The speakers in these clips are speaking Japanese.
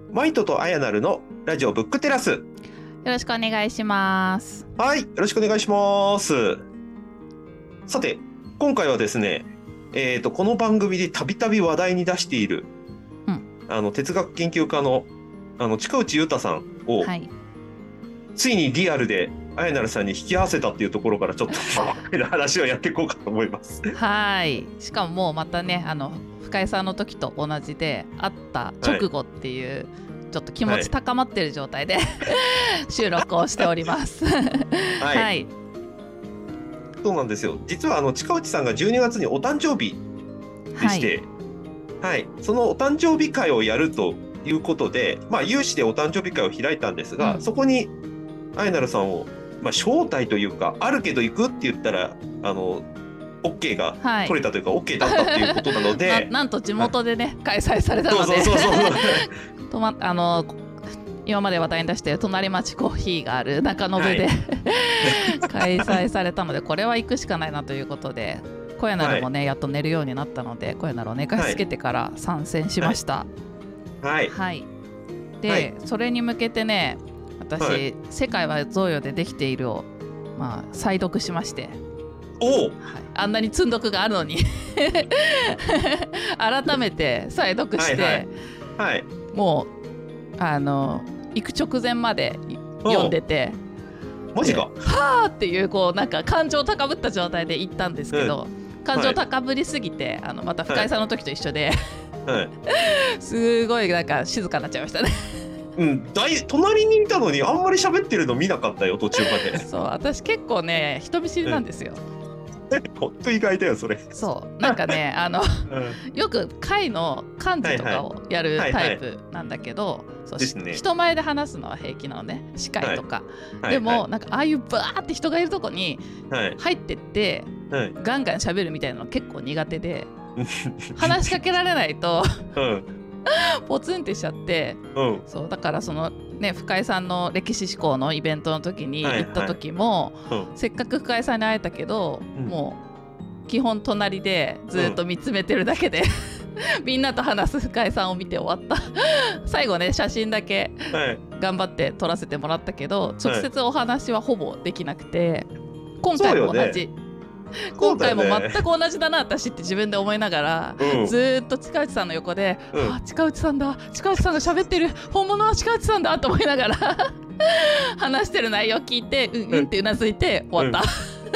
マイトとアヤナルのラジオブックテラス。 よろしくお願いします。 はい、よろしくお願いします。さて、今回はですね、この番組でたびたび話題に出している、哲学研究家の近内裕太さんを、はい、ついにリアルでアヤナルさんに引き合わせたっていうところからちょっと話をやっていこうかと思います。 はい。しかももうまたね、深井さんの時と同じで会った直後っていう、はい、ちょっと気持ち高まってる状態で、はい、収録をしております。はい、はい。 そうなんですよ。実は近内さんが12月にお誕生日でして、はい、そのお誕生日会をやるということで、有志でお誕生日会を開いたんですが、そこにアイナルさんを、招待というか、あるけど行くって言ったらOK が取れたというか、OK だったっていうことなのでなんと地元でね、開催されたので今まで話題に出している隣町コーヒーがある中延で、開催されたので、これは行くしかないなということで、小柳もね、やっと寝るようになったので、小柳を寝かしつけてから参戦しました。はい、はい、で、それに向けてね、私、世界は贈与でできているを、再読しまして、あんなに積んどくがあるのに改めて再読して、もう行く直前まで読んでて、 マジかはーっていうなんか感情高ぶった状態で行ったんですけど、感情高ぶりすぎてまた深井さんの時と一緒で、すごいなんか静かになっちゃいましたね。 隣にいたのにあんまり喋ってるの見なかったよ、途中まで。 そう、私結構ね、人見知りなんですよ。 本当意外だよそれ。 そうなんかねよく会の幹事とかをやるタイプなんだけど、人前で話すのは平気なのね、司会とか、でもなんかああいうバーって人がいるとこに入ってって、ガンガン喋るみたいなの結構苦手で、話しかけられないとポツンってしちゃって、そうだから深井さんの歴史志向のイベントの時に行った時も、せっかく深井さんに会えたけど、もう基本隣でずっと見つめてるだけで、みんなと話す深井さんを見て終わった。最後ね、写真だけ頑張って撮らせてもらったけど、直接お話はほぼできなくて、今回も同じ。今回も全く同じだな、私って自分で思いながら、ずっと近内さんの横で、近内さんだ、近内さんが喋ってる、本物は近内さんだと思いながら話してる内容聞いて、うんってうなずいて終わった。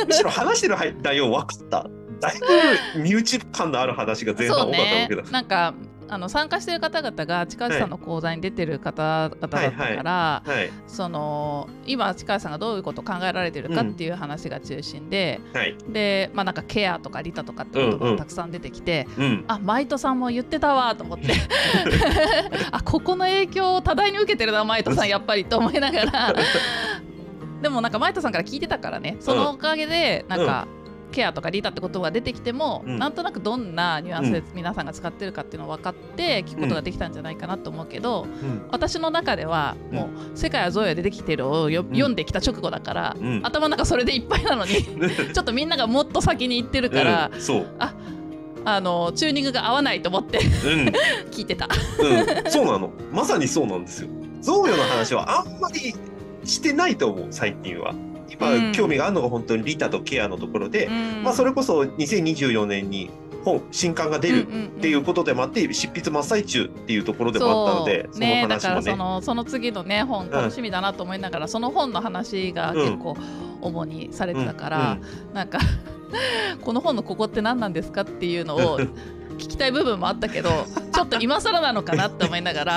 むしろ話してる内容分かった。だいぶ身内感のある話が前半多かったわけだ。 なんか参加してる方々が近内さんの講座に出てる方々だったから、今近内さんがどういうことを考えられてるかっていう話が中心で、で、なんかケアとかリタとかって言葉がたくさん出てきて、マイトさんも言ってたわと思ってここの影響を多大に受けてるなマイトさんやっぱりと思いながらでもなんかマイトさんから聞いてたからね、そのおかげでなんか、ケアとかリーダーって言葉が出てきても、なんとなくどんなニュアンスで皆さんが使ってるかっていうのを分かって聞くことができたんじゃないかなと思うけど、私の中ではもう世界は贈与でできてるを読んできた直後だから、頭の中それでいっぱいなのにちょっとみんながもっと先に行ってるから、チューニングが合わないと思って聞いてた。 そうなの、まさにそうなんですよ。贈与の話はあんまりしてないと思う、最近は。今興味があるのが本当にリタとケアのところで、それこそ2024年に新刊が出るっていうことでもあって、執筆真っ最中っていうところでもあったので、その話もね、 だからその次のね本楽しみだなと思いながら、その本の話が結構主にされてたから、なんかこの本のここって何なんですかっていうのを聞きたい部分もあったけどちょっと今更なのかなって思いながら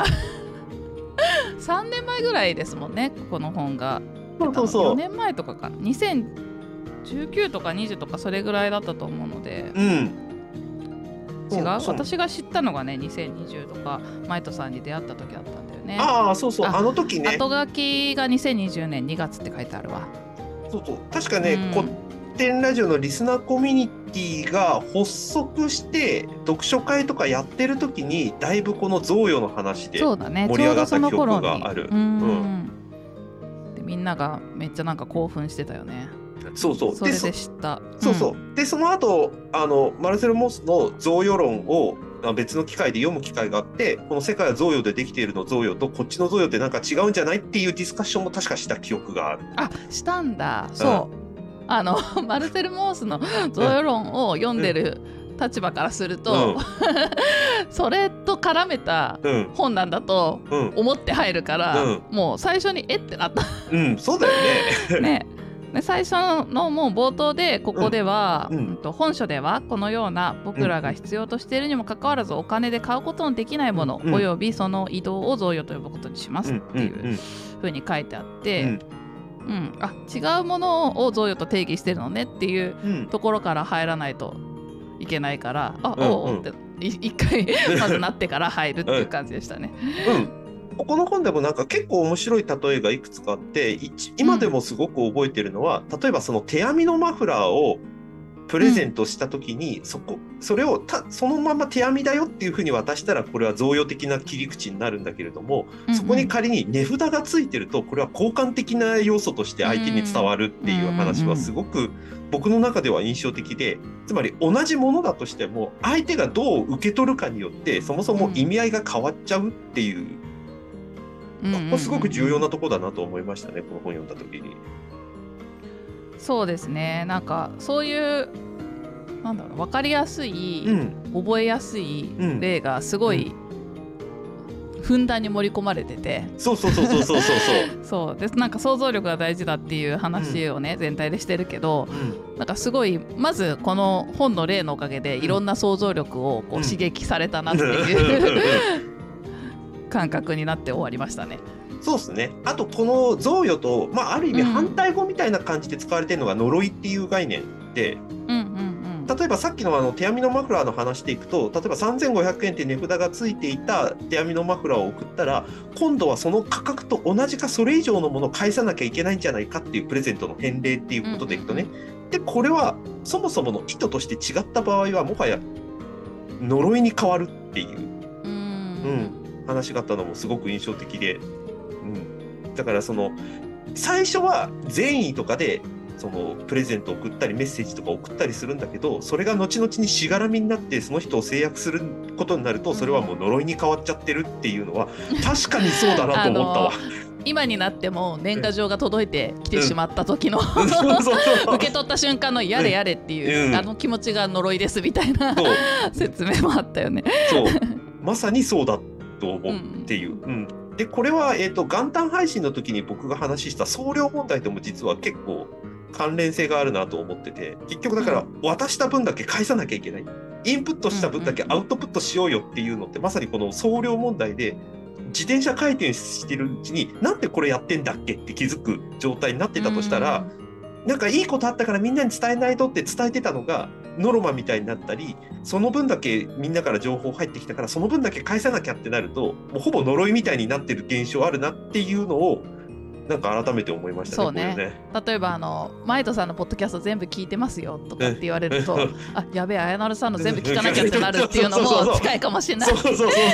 3年前ぐらいですもんね、この本が。4年前とかかな、2019とか20とかそれぐらいだったと思うので、違う、私が知ったのがね2020とかマイトさんに出会った時だったんだよね。 そうそう、あの時ね、 後書きが2020年2月って書いてあるわ。 そうそう、確かね、古典ラジオのリスナーコミュニティが発足して読書会とかやってる時にだいぶこの贈与の話で盛り上がった記憶がある。 みんながめっちゃなんか興奮してたよね。 そうそう、 それで知った。 そうそう、でその後マルセル・モスの贈与論を別の機会で読む機会があって、この世界は贈与でできているの贈与とこっちの贈与ってなんか違うんじゃないっていうディスカッションも確かした記憶がある。 したんだ。そうマルセル・モースの贈与論を読んでる立場からすると、それと絡めた本なんだと思って入るから、もう最初にってなった。 そうだよね。 で最初のもう冒頭でここでは、本書ではこのような僕らが必要としているにもかかわらずお金で買うことのできないもの、およびその移動を贈与と呼ぶことにしますっていうふうに書いてあって、違うものを贈与と定義してるのねっていうところから入らないといけないから、おって一回まずなってから入るっていう感じでしたね。 ここの本でもなんか結構面白い例えがいくつかあって、今でもすごく覚えてるのは、例えばその手編みのマフラーをプレゼントした時に、それをそのまま手編みだよっていうふうに渡したらこれは贈与的な切り口になるんだけれども、そこに仮に値札がついてるとこれは交換的な要素として相手に伝わるっていう話はすごく僕の中では印象的で、つまり同じものだとしても相手がどう受け取るかによってそもそも意味合いが変わっちゃうっていう、ここすごく重要なところだなと思いましたね、この本読んだ時に。 そうですね、なんかそういうなんだろう、分かりやすい、覚えやすい例がすごい、ふんだんに盛り込まれてて、そうで、なんか想像力が大事だっていう話をね、全体でしてるけど、なんかすごいまずこの本の例のおかげでいろんな想像力をこう刺激されたなっていう、感覚になって終わりましたね。 そうですね。あとこの贈与と、ある意味反対語みたいな感じで使われてるのが呪いっていう概念で、例えばさっきの手編みのマフラーの話でいくと、例えば3500円って値札がついていた手編みのマフラーを送ったら、今度はその価格と同じかそれ以上のものを返さなきゃいけないんじゃないかっていうプレゼントの返礼っていうことでいくとね、でこれはそもそもの意図として違った場合はもはや呪いに変わるっていう、話があったのもすごく印象的で、だからその最初は善意とかでそのプレゼントを送ったりメッセージとか送ったりするんだけど、それが後々にしがらみになってその人を制約することになると、それはもう呪いに変わっちゃってるっていうのは確かにそうだなと思ったわ。 今になっても年賀状が届いてきてしまった時の受け取った瞬間のやれやれっていう、あの気持ちが呪いですみたいな説明もあったよね。 そうまさにそうだと思うっていう、でこれは、元旦配信の時に僕が話した送料問題とも実は結構関連性があるなと思ってて、結局だから渡した分だけ返さなきゃいけない、インプットした分だけアウトプットしようよっていうのって、まさにこの送料問題で自転車回転してるうちになんでこれやってんだっけって気づく状態になってたとしたら、なんかいいことあったからみんなに伝えないとって伝えてたのがノルマみたいになったり、その分だけみんなから情報入ってきたからその分だけ返さなきゃってなると、もうほぼ呪いみたいになってる現象あるなっていうのをなんか改めて思いましたね。 そうね。例えばマイトさんのポッドキャスト全部聞いてますよとかって言われると、あ、やべえ、あやなるさんの全部聞かなきゃってなるっていうのも近いかもしれない。そう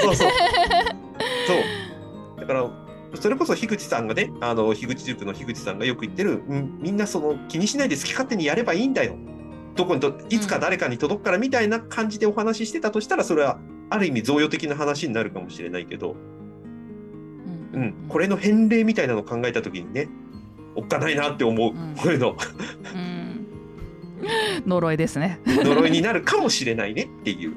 だからそれこそ樋口さんがね、樋口塾の樋口さんがよく言ってる、みんなその気にしないで好き勝手にやればいいんだよ、どこにいつか誰かに届くからみたいな感じでお話ししてたとしたら、それはある意味贈与的な話になるかもしれないけど、これの返礼みたいなのを考えた時にね、おっかないなって思う、こういうの呪いですね。 呪いになるかもしれないねっていう、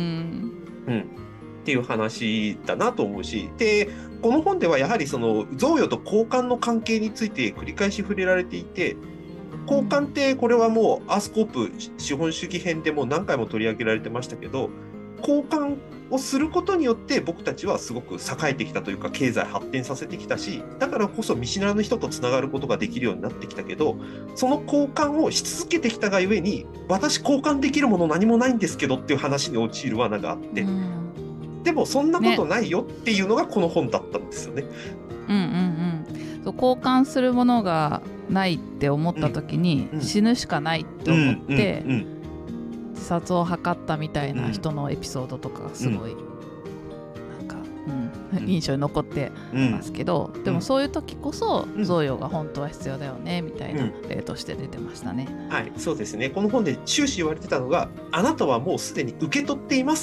っていう話だなと思うし、でこの本ではやはりその贈与と交換の関係について繰り返し触れられていて、交換ってこれはもうアスコープ資本主義編でも何回も取り上げられてましたけど、交換をすることによって僕たちはすごく栄えてきたというか経済発展させてきたし、だからこそ見知らぬ人とつながることができるようになってきたけど、その交換をし続けてきたがゆえに、私交換できるもの何もないんですけどっていう話に陥る罠があって、でもそんなことないよっていうのがこの本だったんですよね。 そう、交換するものがないって思った時に、死ぬしかないって思って自殺を図ったみたいな人のエピソードとかがすごいなんか、印象に残ってますけど、でもそういう時こそ贈与が本当は必要だよねみたいな例として出てましたね。はい、 そうですね。この本で終始言われてたのが、あなたはもうすでに受け取っていますって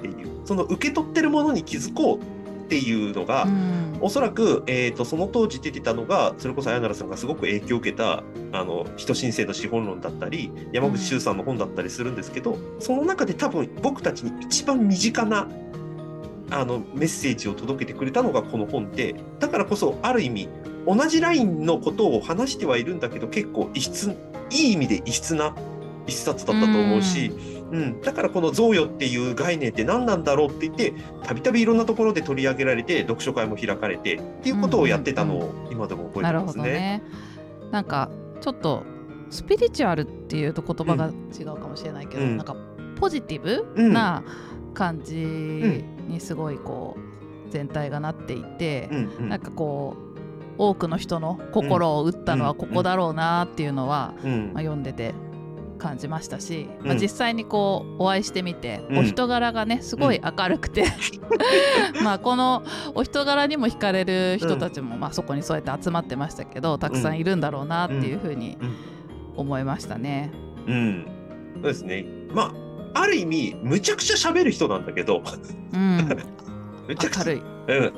っていう、その受け取ってるものに気づこうっていうのが、おそらく、その当時出てたのが、それこそ綾奈良さんがすごく影響を受けた人申請の資本論だったり山口周さんの本だったりするんですけど、その中で多分僕たちに一番身近なメッセージを届けてくれたのがこの本で、だからこそある意味同じラインのことを話してはいるんだけど、結構いい意味で異質な一冊だったと思うし、だからこの贈与っていう概念って何なんだろうって言って、たびたびいろんなところで取り上げられて、読書会も開かれてっていうことをやってたのを今でも覚えてますね。なるほどね。 なんかちょっとスピリチュアルっていうと言葉が違うかもしれないけど、なんかポジティブな感じにすごいこう全体がなっていて、なんかこう多くの人の心を打ったのはここだろうなっていうのは、読んでて感じましたし、実際にこうお会いしてみて、お人柄がねすごい明るくてこのお人柄にも惹かれる人たちも、そこにそうやって集まってましたけど、たくさんいるんだろうなっていうふうに思いましたね。 そうですね。ある意味むちゃくちゃ喋る人なんだけど、めちゃくちゃ明るい。 そう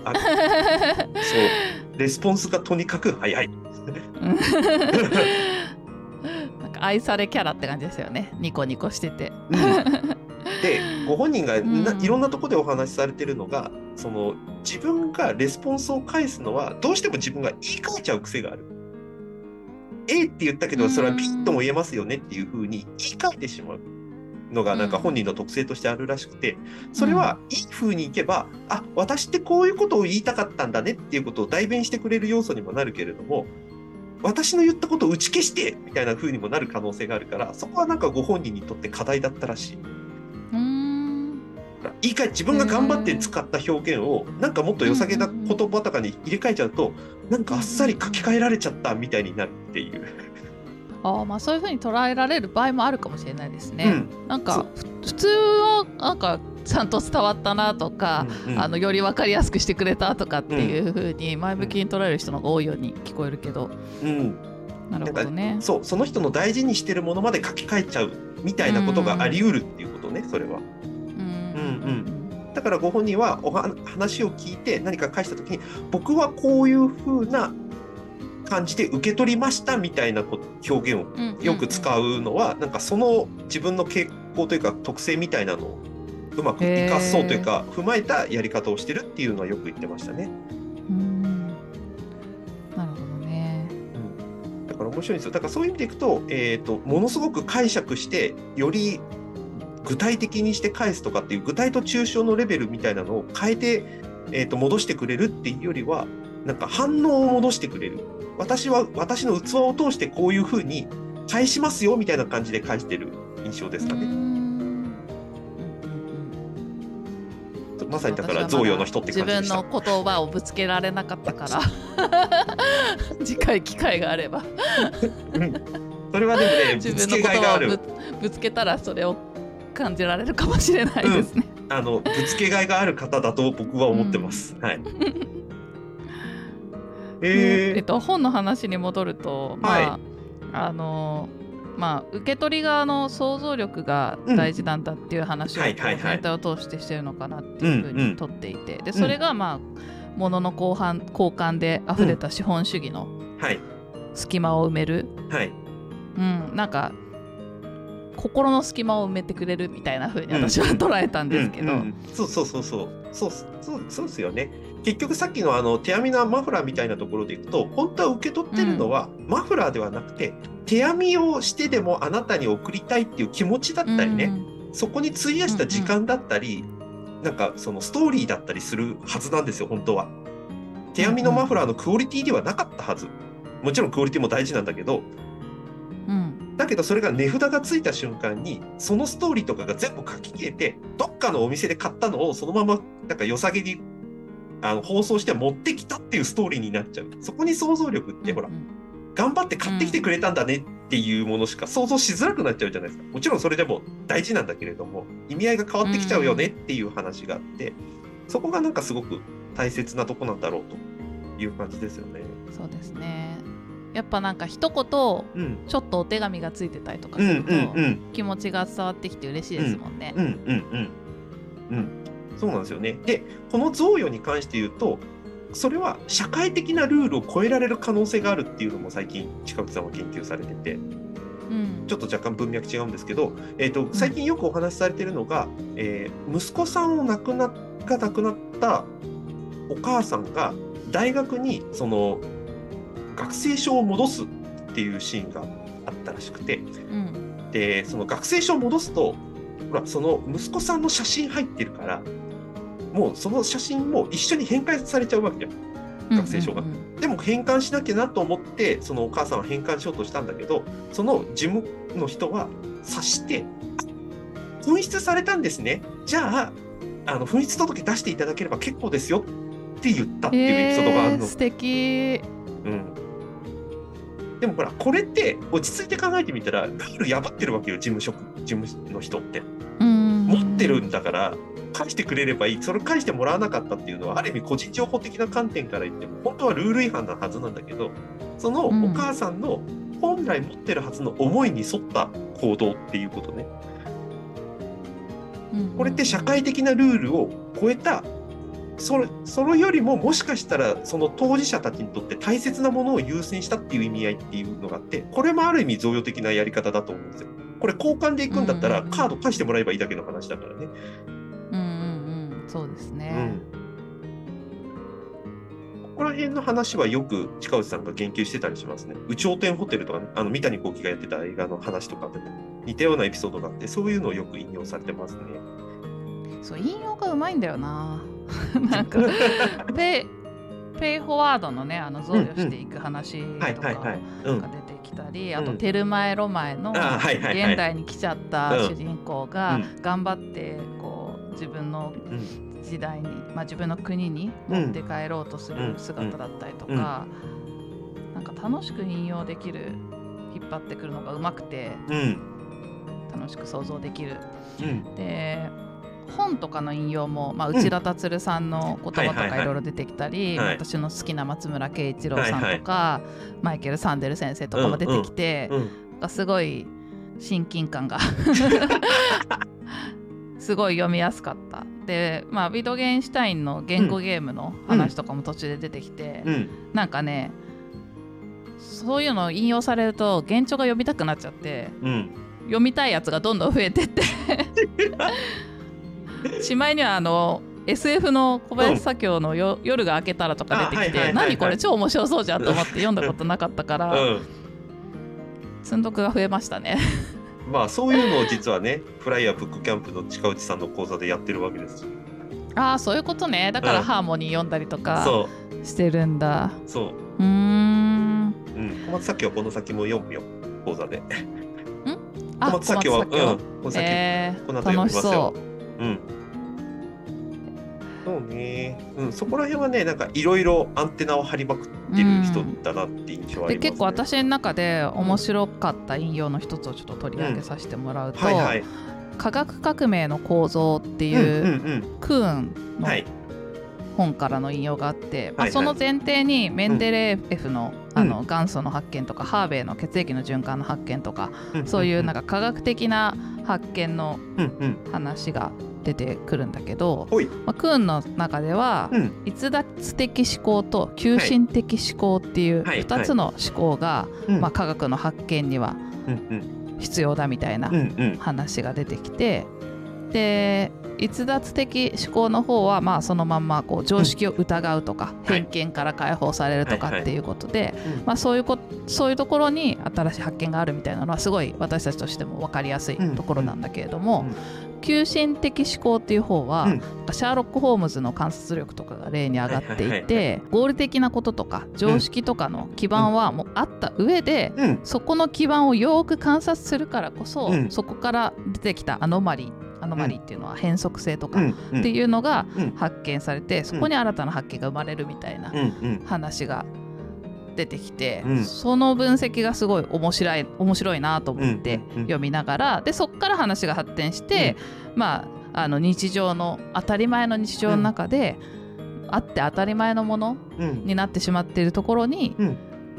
レスポンスがとにかく早い。 なんか愛されキャラって感じですよね。ニコニコしてて。 でご本人がいろんなところでお話しされてるのが、その自分がレスポンスを返すのはどうしても自分が言い換えちゃう癖がある。A って言ったけどそれは B とも言えますよねっていう風に言い換えてしまうのがなんか本人の特性としてあるらしくて、それはいい風にいけば、私ってこういうことを言いたかったんだねっていうことを代弁してくれる要素にもなるけれども、私の言ったことを打ち消してみたいな風にもなる可能性があるから、そこはなんかご本人にとって課題だったらしい。言い換え、自分が頑張って使った表現をなんかもっと良さげな言葉とかに入れ替えちゃうと、なんかあっさり書き換えられちゃったみたいになるっていう。 そういう風に捉えられる場合もあるかもしれないですね。なんか普通はなんかちゃんと伝わったなとか、より分かりやすくしてくれたとかっていう風に前向きに捉える人の方が多いように聞こえるけど、なるほどね。 その人の大事にしてるものまで書き換えちゃうみたいなことがあり得るっていうことね、それは。だからご本人は話を聞いて何か返した時に、僕はこういう風な感じで受け取りましたみたいな表現をよく使うのは、なんかその自分の傾向というか特性みたいなのをうまく生かそうというか踏まえたやり方をしてるっていうのはよく言ってましたね。 なるほどね。 だから面白いんですよ。だからそういう意味でいくと、ものすごく解釈してより具体的にして返すとかっていう具体と抽象のレベルみたいなのを変えて、戻してくれるっていうよりは、なんか反応を戻してくれる。私は私の器を通してこういう風に返しますよみたいな感じで返してる印象ですかね。まさにだから贈与の人って感じでした。 自分の言葉をぶつけられなかったから次回機会があればそれはでもね、 自分の言葉をぶつけたらそれを感じられるかもしれないですね。 ぶつけがいがある方だと僕は思ってます。はい。 本の話に戻ると、受け取り側の想像力が大事なんだっていう話を全体を通してしてるのかなっていうふうにとっていて、でそれが物の交換で溢れた資本主義の隙間を埋める、なんか心の隙間を埋めてくれるみたいな風に私は捉えたんですけど、 そうですよね。結局さっきの手編みのマフラーみたいなところでいくと、本当は受け取ってるのはマフラーではなくて、手編みをしてでもあなたに送りたいっていう気持ちだったりね、そこに費やした時間だったり、なんかそのストーリーだったりするはずなんですよ。本当は手編みのマフラーのクオリティではなかったはず。もちろんクオリティも大事なんだけど、だけどそれが値札がついた瞬間にそのストーリーとかが全部書き消えて、どっかのお店で買ったのをそのままなんか良さげに放送して持ってきたっていうストーリーになっちゃう。そこに想像力ってほら、頑張って買ってきてくれたんだねっていうものしか想像しづらくなっちゃうじゃないですか。もちろんそれでも大事なんだけれども、意味合いが変わってきちゃうよねっていう話があって、そこがなんかすごく大切なとこなんだろうという感じですよね。 そうですね。やっぱなんか一言、ちょっとお手紙がついてたりとかすると、気持ちが伝わってきて嬉しいですもんね。 そうなんですよね。で、この贈与に関して言うと、それは社会的なルールを超えられる可能性があるっていうのも最近近内さんは研究されてて、ちょっと若干文脈違うんですけど、最近よくお話しされているのが、息子さんが亡くなったお母さんが大学にその学生証を戻すっていうシーンがあったらしくて、でその学生証を戻すと、ほらその息子さんの写真入ってるから、もうその写真も一緒に返還されちゃうわけじゃん、学生証が。でも返還しなきゃなと思ってそのお母さんは返還しようとしたんだけど、その事務の人は察して「紛失されたんですね、じゃあ紛失届出していただければ結構ですよ」って言ったっていうエピソードがあるの。 素敵。 でもほらこれって落ち着いて考えてみたらルール破ってるわけよ、事務の人って。持ってるんだから返してくれればいい。それ返してもらわなかったっていうのはある意味個人情報的な観点から言っても本当はルール違反なはずなんだけど、そのお母さんの本来持ってるはずの思いに沿った行動っていうことね。これって社会的なルールを超えた、それよりももしかしたらその当事者たちにとって大切なものを優先したっていう意味合いっていうのがあって、これもある意味贈与的なやり方だと思うんですよ。これ交換でいくんだったらカード返してもらえばいいだけの話だからね。 そうですね。 ここら辺の話はよく近内さんが言及してたりしますね。有頂天ホテルとか、三谷幸喜がやってた映画の話とかでも似たようなエピソードがあって、そういうのをよく引用されてますね。 そう引用がうまいんだよな。なんかペイフォワードのね、贈与していく話とかが出てきたり、あとテルマエロマエの現代に来ちゃった主人公が頑張ってこう自分の時代に、自分の国に持って帰ろうとする姿だったりとか、なんか楽しく引用できる、引っ張ってくるのがうまくて、楽しく想像できる。で本とかの引用も、内田達さんの言葉とかいろいろ出てきたり、私の好きな松村慶一郎さんとか、マイケル・サンデル先生とかも出てきて、すごい親近感がすごい読みやすかった。で、ビドゲンシュタインの言語ゲームの話とかも途中で出てきて、なんかね、そういうのを引用されると原著が読みたくなっちゃって、読みたいやつがどんどん増えてってしまいにはSF の小林左京の夜が明けたらとか出てきて、何これ超面白そうじゃんと思って読んだことなかったから、積んどくが増えましたね。 そういうのを実はね、フライヤーブックキャンプの近内さんの講座でやってるわけです。 そういうことね。だからハーモニー読んだりとかしてるんだ。 そう。小松左京はこの先も読むよ、講座で。小松左京はこの先この後読みますよ。そうね、そこら辺はね、なんかいろいろアンテナを張りまくってる人だなって印象ありますね。で結構私の中で面白かった引用の一つをちょっと取り上げさせてもらうと、科学革命の構造っていうクーンの本からの引用があって、その前提にメンデレーエフの元祖の発見とか、ハーベイの血液の循環の発見とか、そういうなんか科学的な発見の話が出てくるんだけど、クーンの中では、逸脱的思考と急進的思考っていう2つの思考が、科学の発見には必要だみたいな話が出てきて、で逸脱的思考の方はそのまんまこう常識を疑うとか、偏見から解放されるとかっていうことで、そういうところに新しい発見があるみたいなのはすごい私たちとしても分かりやすいところなんだけれども、急進的思考っていう方は、シャーロック・ホームズの観察力とかが例に上がっていて、合理的なこととか常識とかの基盤はもうあった上で、そこの基盤をよく観察するからこそ、そこから出てきたアノマリーっていうのは変則性とかっていうのが発見されて、そこに新たな発見が生まれるみたいな話が出てきて、その分析がすごい面白いなと思って読みながら、でそこから話が発展して、日常の当たり前の日常の中で、あって当たり前のものになってしまっているところに、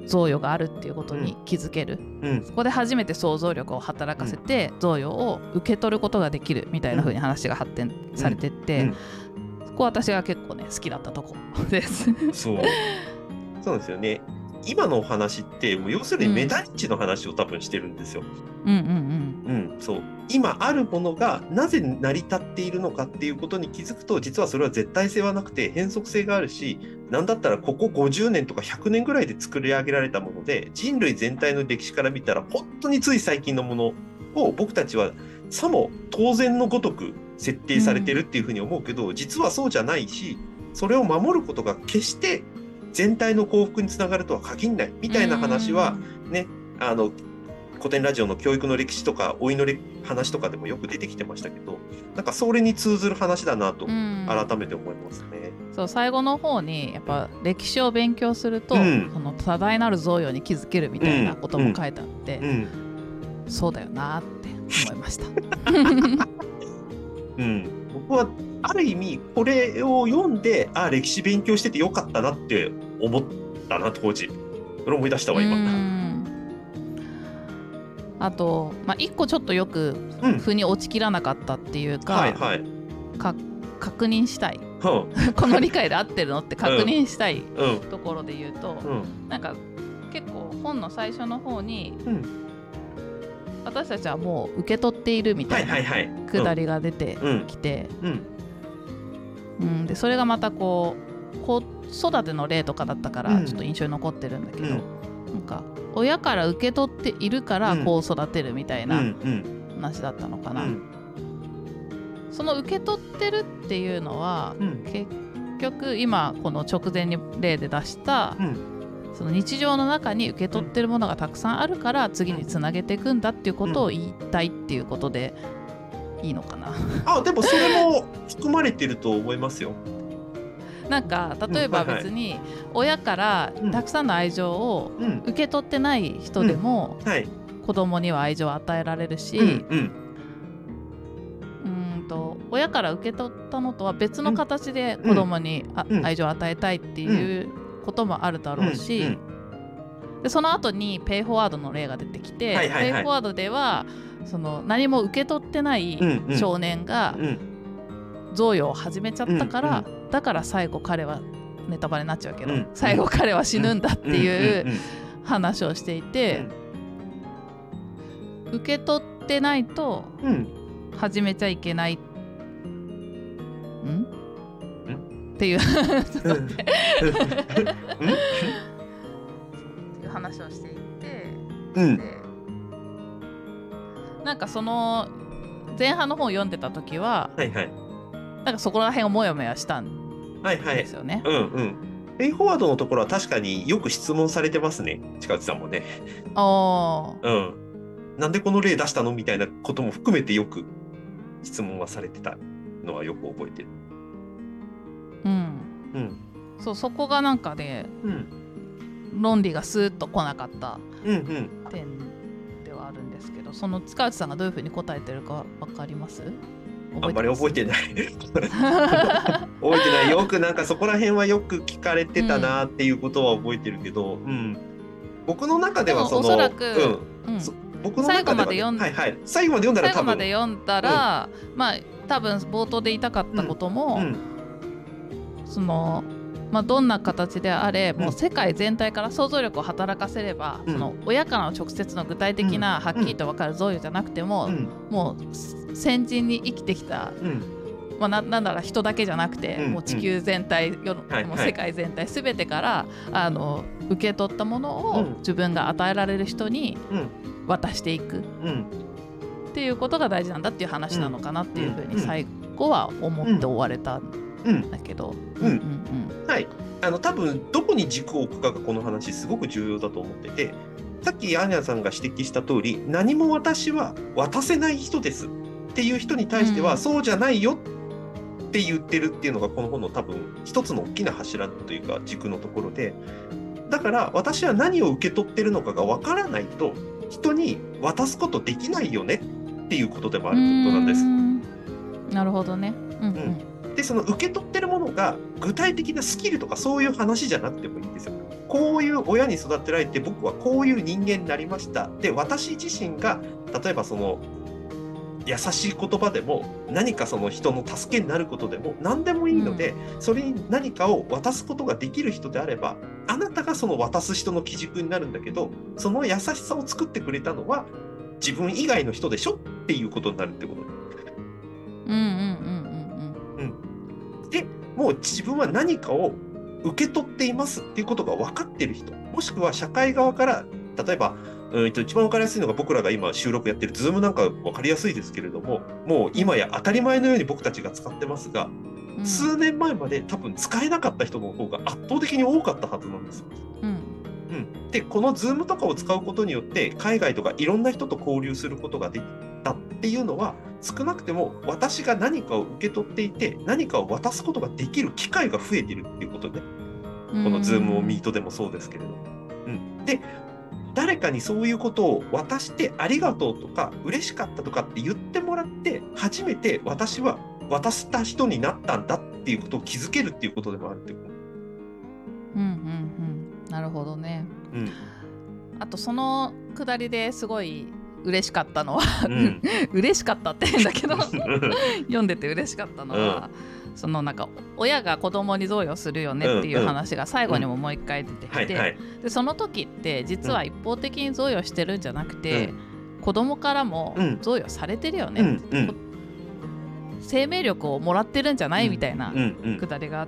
贈与があるっていうことに気づける、そこで初めて想像力を働かせて贈与を受け取ることができるみたいな風に話が発展されてって、そこ私が結構ね好きだったとこですそうですよね。今のお話ってもう要するにメタ認知の話を多分してるんですよ。そう今あるものがなぜ成り立っているのかっていうことに気づくと、実はそれは絶対性はなくて変則性があるし、なんだったらここ50年とか100年ぐらいで作り上げられたもので、人類全体の歴史から見たら本当につい最近のものを僕たちはさも当然のごとく設定されてるっていうふうに思うけど、実はそうじゃないし、それを守ることが決して全体の幸福につながるとは限らないみたいな話はね、古典ラジオの教育の歴史とか老いの話とかでもよく出てきてましたけど、なんかそれに通ずる話だなと改めて思いますね。 そう最後の方にやっぱ歴史を勉強すると、その多大なる贈与に気づけるみたいなことも書いてあって、そうだよなって思いました僕はある意味これを読んで歴史勉強しててよかったなって思ったな、当時。それ思い出したわ今。 あと、一個ちょっとよく腑に落ちきらなかったっていうか、確認したい、この理解で合ってるのって確認したいところで言うと、なんか結構本の最初の方に、私たちはもう受け取っているみたいなくだりが出てきて、でそれがまたこう子育ての例とかだったからちょっと印象に残ってるんだけど、なんか親から受け取っているからこう育てるみたいな話だったのかな。その受け取ってるっていうのは、結局今この直前に例で出した、その日常の中に受け取ってるものがたくさんあるから次につなげていくんだっていうことを言いたいっていうことでいいのかな。 でもそれも含まれてると思いますよ。 なんか例えば別に親からたくさんの愛情を受け取ってない人でも子供には愛情を与えられるし、親から受け取ったのとは別の形で子供に愛情を与えたいっていうこともあるだろうし、でその後にペイフォワードの例が出てきて、ペイフォワードではその何も受け取ってない少年が贈与を始めちゃったから、だから最後彼はネタバレになっちゃうけど、最後彼は死ぬんだっていう話をしていて、受け取ってないと始めちゃいけないっていう話をしていて、でなんかその前半の本を読んでた時は、なんかそこら辺をモヤモヤしたんですよね。 ペイフォワードのところは確かによく質問されてますね、近内さんもね。なんでこの例出したのみたいなことも含めてよく質問はされてたのはよく覚えてる。そこがなんかね、論理がスーッと来なかった点ではあるんですけど、その塚内さんがどういうふうに答えてるか分かります？ あんまり覚えてない覚えてない。よくなんかそこら辺はよく聞かれてたなっていうことは覚えてるけど、僕の中ではそのおそらく、僕の中では、最後まで読んだら最後まで読んだら、多分冒頭で言いたかったことも、そのどんな形であれ、もう世界全体から想像力を働かせれば、その親からの直接の具体的なはっきりと分かる贈与じゃなくても、もう先人に生きてきた、なんだら人だけじゃなくて、もう地球全体、もう世界全体全てから受け取ったものを自分が与えられる人に渡していくっていうことが大事なんだっていう話なのかなっていうふうに最後は思って終われたんだけど、 多分どこに軸を置くかがこの話すごく重要だと思ってて、さっきアーニャさんが指摘した通り、何も私は渡せない人ですっていう人に対しては、そうじゃないよって言ってるっていうのがこの本の多分一つの大きな柱というか軸のところで、だから私は何を受け取ってるのかがわからないと人に渡すことできないよねっていうことでもあるってことなんです。 なるほどね。 でその受け取ってるものが具体的なスキルとかそういう話じゃなくてもいいんですよ。こういう親に育てられて僕はこういう人間になりました。で、私自身が例えばその優しい言葉でも何かその人の助けになることでも何でもいいので、それに何かを渡すことができる人であれば、あなたがその渡す人の基軸になるんだけど、その優しさを作ってくれたのは自分以外の人でしょっていうことになるってこと。で、もう自分は何かを受け取っていますっていうことが分かっている人、もしくは社会側から例えば一番分かりやすいのが僕らが今収録やってる Zoom なんか分かりやすいですけれども、もう今や当たり前のように僕たちが使ってますが、数年前まで多分使えなかった人の方が圧倒的に多かったはずなんですよ。で、この Zoom とかを使うことによって海外とかいろんな人と交流することができたっていうのは、少なくても私が何かを受け取っていて何かを渡すことができる機会が増えているっていうことで、この Zoom をミートでもそうですけれど、で、誰かにそういうことを渡してありがとうとか嬉しかったとかって言ってもらって初めて私は渡した人になったんだっていうことを気づけるっていうことでもあるっていうこと。 なるほどね。あとそのくだりですごい嬉しかったのは、嬉しかったって言うんだけど読んでて嬉しかったのは、そのなんか親が子供に贈与するよねっていう話が最後にももう一回出てきて、でその時って実は一方的に贈与してるんじゃなくて、子供からも贈与されてるよね、生命力をもらってるんじゃないみたいなくだりがあって、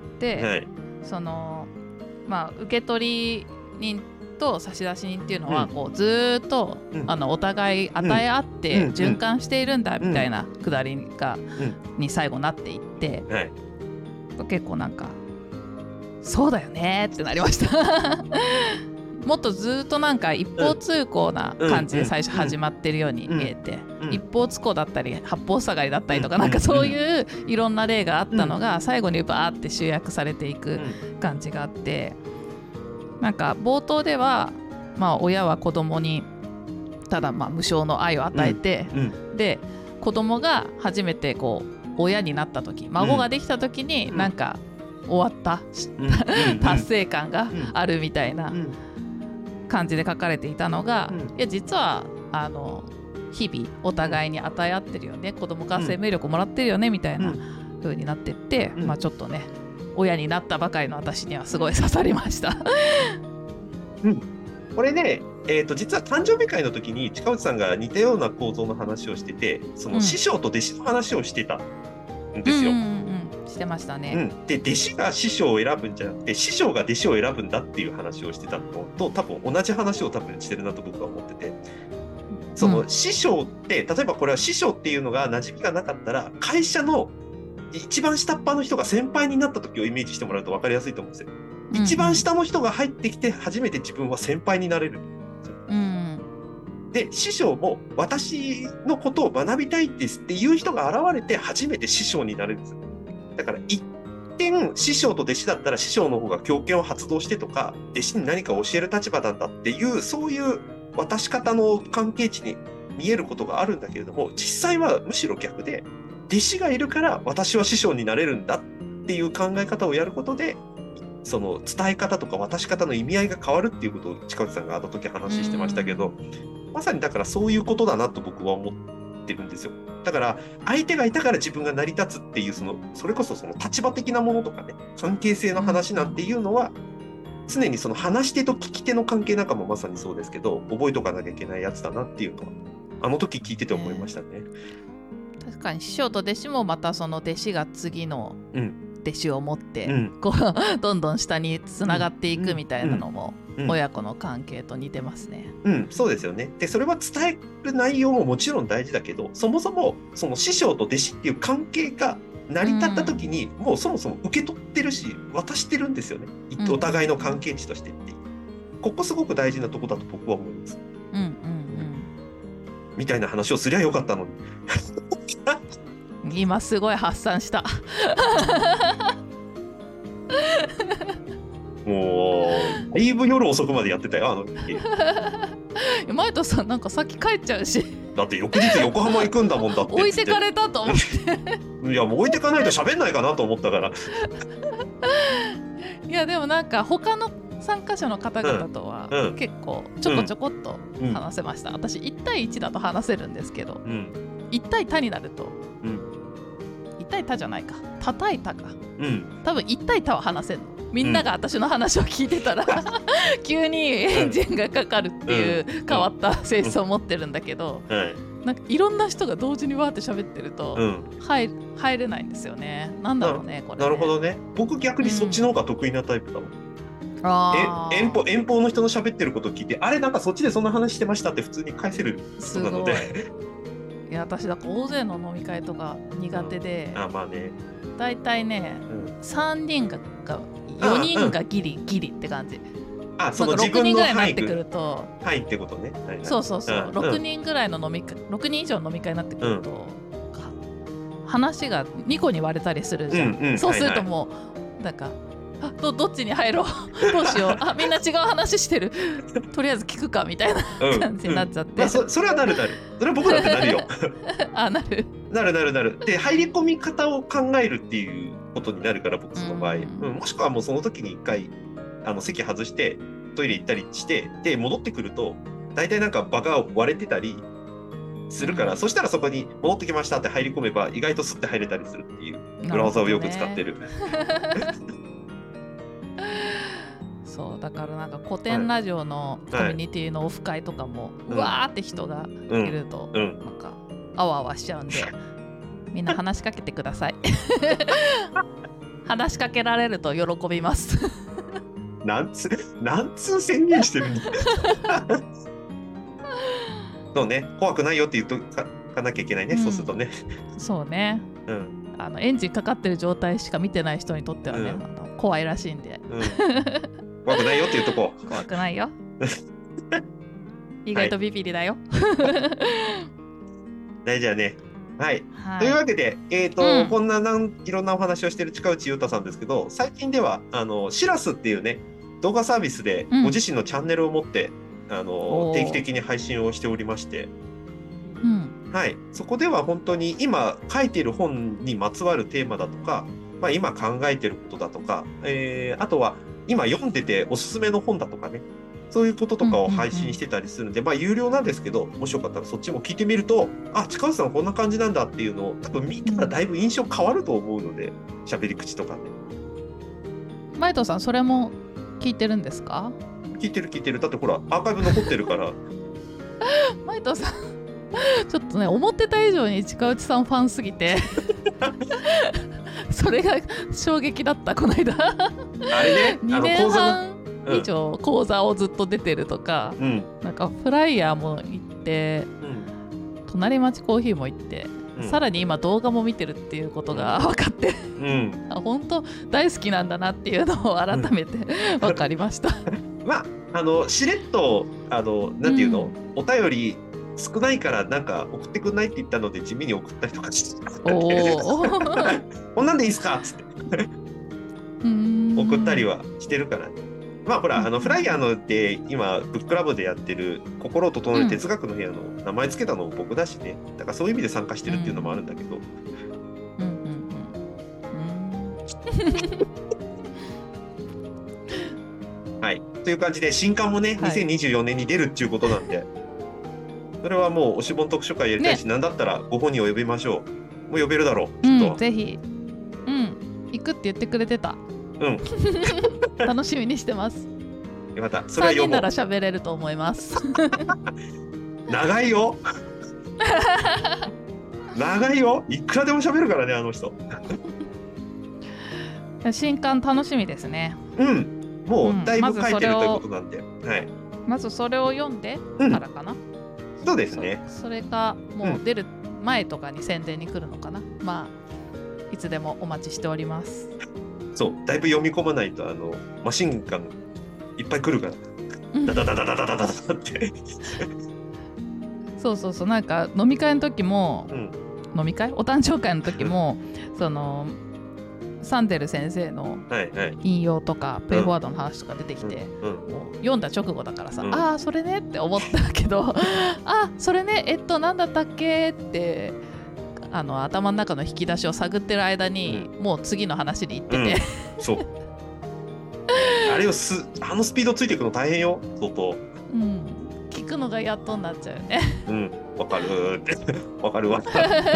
そのまあ受け取り人と差出人っていうのはこうずっとお互い与え合って循環しているんだみたいなくだりがに最後なっていって、結構なんかそうだよねってなりましたもっとずっとなんか一方通行な感じで最初始まってるように見えて、一方通行だったり八方塞がりだったりとかなんかそういういろんな例があったのが最後にバーって集約されていく感じがあって、なんか冒頭では、まあ、親は子供にただまあ無償の愛を与えて、で子供が初めてこう親になった時、孫ができた時になんか終わった、達成感があるみたいな感じで書かれていたのが、いや実は日々お互いに与え合ってるよね、子供から生命力をもらってるよねみたいな風になってって、まあちょっとね親になったばかりの私にはすごい刺さりましたこれね、実は誕生日会の時に近内さんが似たような構造の話をしてて、その師匠と弟子の話をしてたんですよ。 してましたね。 で、弟子が師匠を選ぶんじゃなくて師匠が弟子を選ぶんだっていう話をしてたのと多分同じ話を多分してるなと僕は思ってて、その師匠って例えばこれは師匠っていうのが馴染みがなかったら会社の一番下っ端の人が先輩になった時をイメージしてもらうと分かりやすいと思うんですよ。一番下の人が入ってきて初めて自分は先輩になれる。で、師匠も私のことを学びたいですっていう人が現れて初めて師匠になれるんですよ。だから一見師匠と弟子だったら師匠の方が強権を発動してとか弟子に何か教える立場なんだっていうそういう渡し方の関係値に見えることがあるんだけれども、実際はむしろ逆で弟子がいるから私は師匠になれるんだっていう考え方をやることでその伝え方とか渡し方の意味合いが変わるっていうことを近内さんがあの時話してましたけど、まさにだからそういうことだなと僕は思ってるんですよ。だから相手がいたから自分が成り立つっていうそれこそその立場的なものとかね、関係性の話なんていうのは常にその話し手と聞き手の関係なんかもまさにそうですけど覚えとかなきゃいけないやつだなっていうのはあの時聞いてて思いましたね。 確かに師匠と弟子もまたその弟子が次の弟子を持って、こうどんどん下につながっていくみたいなのも親子の関係と似てますね。 そうですよね。でそれは伝える内容ももちろん大事だけど、そもそもその師匠と弟子っていう関係が成り立った時に、もうそもそも受け取ってるし渡してるんですよね、お互いの関係値としてっていう、ここすごく大事なとこだと僕は思います。みたいな話をすりゃよかったのに今すごい発散したもうだいぶ夜遅くまでやってたよあの時前田さんなんか先帰っちゃうしだって翌日横浜行くんだもんだって置いてかれたと思っていやもう置いてかないと喋んないかなと思ったからいやでもなんか他の参加者の方々とは結構ちょこちょこっと話せました、私1対1だと話せるんですけど、1対他になると、1対他じゃないか、叩いたか、多分1対他は話せんの、みんなが私の話を聞いてたら、急にエンジンがかかるっていう変わった性質を持ってるんだけど、なんかいろんな人が同時にわーって喋ってると、入れないんですよね。なんだろうねこれね。 なるほどね。僕逆にそっちの方が得意なタイプだもん。遠方の人の喋ってることを聞いて、あれなんかそっちでそんな話してましたって普通に返せる人なので。 いや私だから大勢の飲み会とか苦手で、 まあね。 だいたいね、3人が4人がギリって感じ。 その自分の 6人ぐらいになってくると、 はいってことね。 そう、6人ぐらいの6人以上の飲み会になってくると、話が2個に割れたりするじゃん。そうするともうなんかどっちに入ろうどうしようみんな違う話してるとりあえず聞くかみたいな感じになっちゃって、 それはなる。それは僕だってなるよなるで、入り込み方を考えるっていうことになるから、僕その場合、もしくはもうその時に一回席外してトイレ行ったりして、で戻ってくると大体なんか場が割れてたりするから、そしたらそこに戻ってきましたって入り込めば意外とスッて入れたりするっていう裏技をよく使ってる。 そうだからなんか古典ラジオのコミュニティのオフ会とかも、うわーって人がいると、なんかあわあわしちゃうんで、みんな話しかけてください話しかけられると喜びますなんつう宣言してるんだそうね、怖くないよって言っとかなきゃいけないね、そうするとね。 そうね、エンジンかかってる状態しか見てない人にとってはね、怖いらしいんで、 怖くないよって言うとこ怖くないよ意外とビビりだよ、 大事だね。はい、というわけで、こんないろんなお話をしている近内裕太さんですけど、最近ではシラスっていうね動画サービスでご自身のチャンネルを持って、定期的に配信をしておりまして、はい、そこでは本当に今書いている本にまつわるテーマだとか、今考えていることだとか、あとは今読んでておすすめの本だとかね、そういうこととかを配信してたりするんで、有料なんですけど、もしよかったらそっちも聞いてみると、近内さんこんな感じなんだっていうのを多分見たらだいぶ印象変わると思うので、喋り口とかね。 前藤さんそれも聞いてるんですか？ 聞いてる。だってほらアーカイブ残ってるから前藤さんちょっとね思ってた以上に近内さんファンすぎてそれが衝撃だった。この間あれね、2年半以上講座をずっと出てるとか、なんかフライヤーも行って、隣町コーヒーも行って、さらに今動画も見てるっていうことが分かって、本当大好きなんだなっていうのを改めて分かりましたしれっとなんていうの、お便り少ないからなんか送ってくんないって言ったので地味に送ったりとかしてこんなんでいいっすかっつって送ったりはしてるからね。ほらフライヤーので今ブックラブでやってる心を整える哲学の部屋の名前つけたの僕だしね、だからそういう意味で参加してるっていうのもあるんだけど、はいという感じで新刊もね2024年に出るっていうことなんで、それはもう推し本読書会やりたいし、なんだったらご本人を呼びましょう。もう呼べるだろう、きっと。 ぜひ行くって言ってくれてた。楽しみにしてます。 またそれは 3人なら喋れると思います長いよ長いよ、いくらでも喋るからねあの人新刊楽しみですね。 もうだいぶ書いてるということなんで、 まずそれを読んでからかな。 そうですね。 それがもう出る前とかに宣伝に来るのかな。いつでもお待ちしております。 そう、だいぶ読み込まないとマシンガンいっぱい来るからダダダダダダダダダってそうなんか飲み会の時も、飲み会お誕生会の時もそのサンデル先生の引用とか、ペイフォワードの話とか出てきて、もう読んだ直後だからさ、ああそれねって思ったけどあそれねなんだったっけって頭の中の引き出しを探ってる間に、もう次の話に行ってて、 そうあれをあのスピードついていくの大変よ、相当。 聞くのがやっとになっちゃうよね。 わかるわかるわ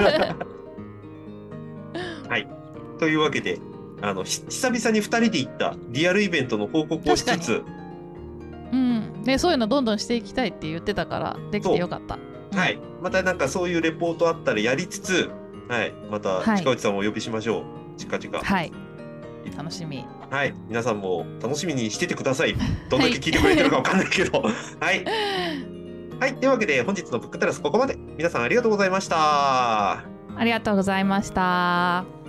はい、というわけで久々に2人で行ったリアルイベントの報告をしつつ、 ね、そういうのどんどんしていきたいって言ってたからできてよかった。 はい、またなんかそういうレポートあったらやりつつ、はい、また近内さんをお呼びしましょう、近々。 はい、楽しみ。 はい、皆さんも楽しみにしててください。どんだけ聞いてくれてるかわかんないけどはいはい、というわけで本日のブックテラスここまで。皆さんありがとうございました。 ありがとうございました。